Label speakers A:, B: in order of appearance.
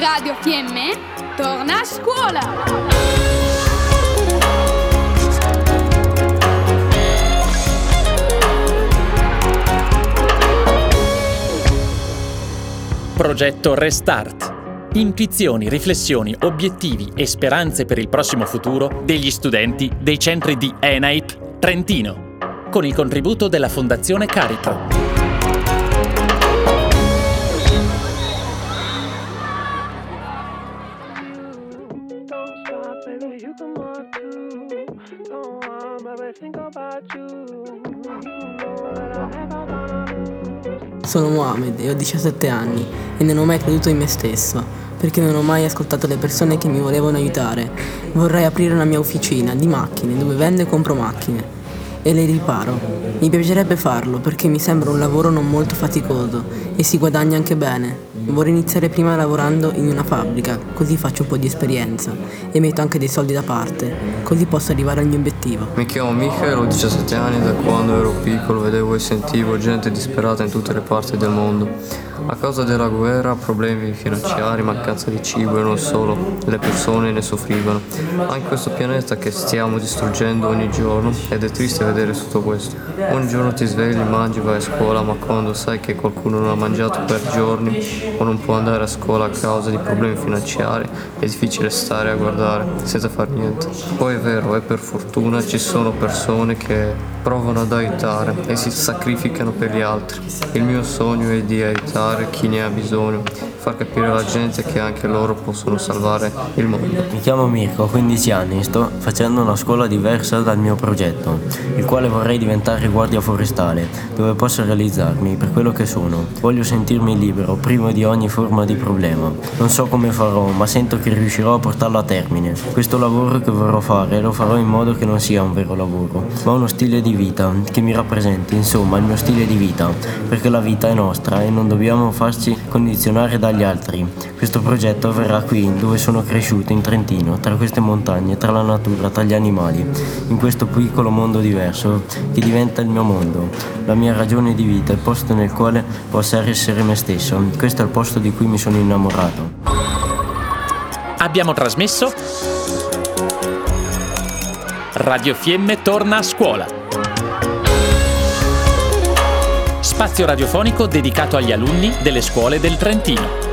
A: Radio Fiemme torna a scuola!
B: Progetto Restart. Intuizioni, riflessioni, obiettivi e speranze per il prossimo futuro degli studenti dei centri di ENAIP Trentino, con il contributo della Fondazione Carica.
C: Sono Mohamed e ho 17 anni e non ho mai creduto in me stesso, perché non ho mai ascoltato le persone che mi volevano aiutare. Vorrei aprire una mia officina di macchine dove vendo e compro macchine e le riparo. Mi piacerebbe farlo perché mi sembra un lavoro non molto faticoso e si guadagna anche bene. Vorrei iniziare prima lavorando in una fabbrica, così faccio un po' di esperienza e metto anche dei soldi da parte, così posso arrivare al mio obiettivo.
D: Mi chiamo Michael, ho 17 anni e da quando ero piccolo vedevo e sentivo gente disperata in tutte le parti del mondo. A causa della guerra, problemi finanziari, mancanza di cibo e non solo, le persone ne soffrivano. Anche questo pianeta che stiamo distruggendo ogni giorno ed è triste vedere tutto questo. Un giorno ti svegli, mangi, vai a scuola, ma quando sai che qualcuno non ha mangiato per giorni o non può andare a scuola a causa di problemi finanziari, è difficile stare a guardare senza far niente. Poi è vero, e per fortuna ci sono persone che provano ad aiutare e si sacrificano per gli altri. Il mio sogno è di aiutare chi ne ha bisogno, far capire alla gente che anche loro possono salvare il mondo.
E: Mi chiamo Mirko, ho 15 anni e sto facendo una scuola diversa dal mio progetto, il quale vorrei diventare guardia forestale, dove posso realizzarmi per quello che sono. Voglio sentirmi libero, privo di ogni forma di problema. Non so come farò, ma sento che riuscirò a portarlo a termine. Questo lavoro che vorrò fare lo farò in modo che non sia un vero lavoro, ma uno stile di vita che mi rappresenti, insomma, il mio stile di vita, perché la vita è nostra e non dobbiamo farci condizionare dagli altri. Questo progetto avverrà qui, dove sono cresciuto, in Trentino, tra queste montagne, tra la natura, tra gli animali, in questo piccolo mondo diverso che diventa il mio mondo, la mia ragione di vita, il posto nel quale possa essere me stesso. Questo è il posto di cui mi sono innamorato.
B: Abbiamo trasmesso Radio Fiemme torna a scuola. Spazio radiofonico dedicato agli alunni delle scuole del Trentino.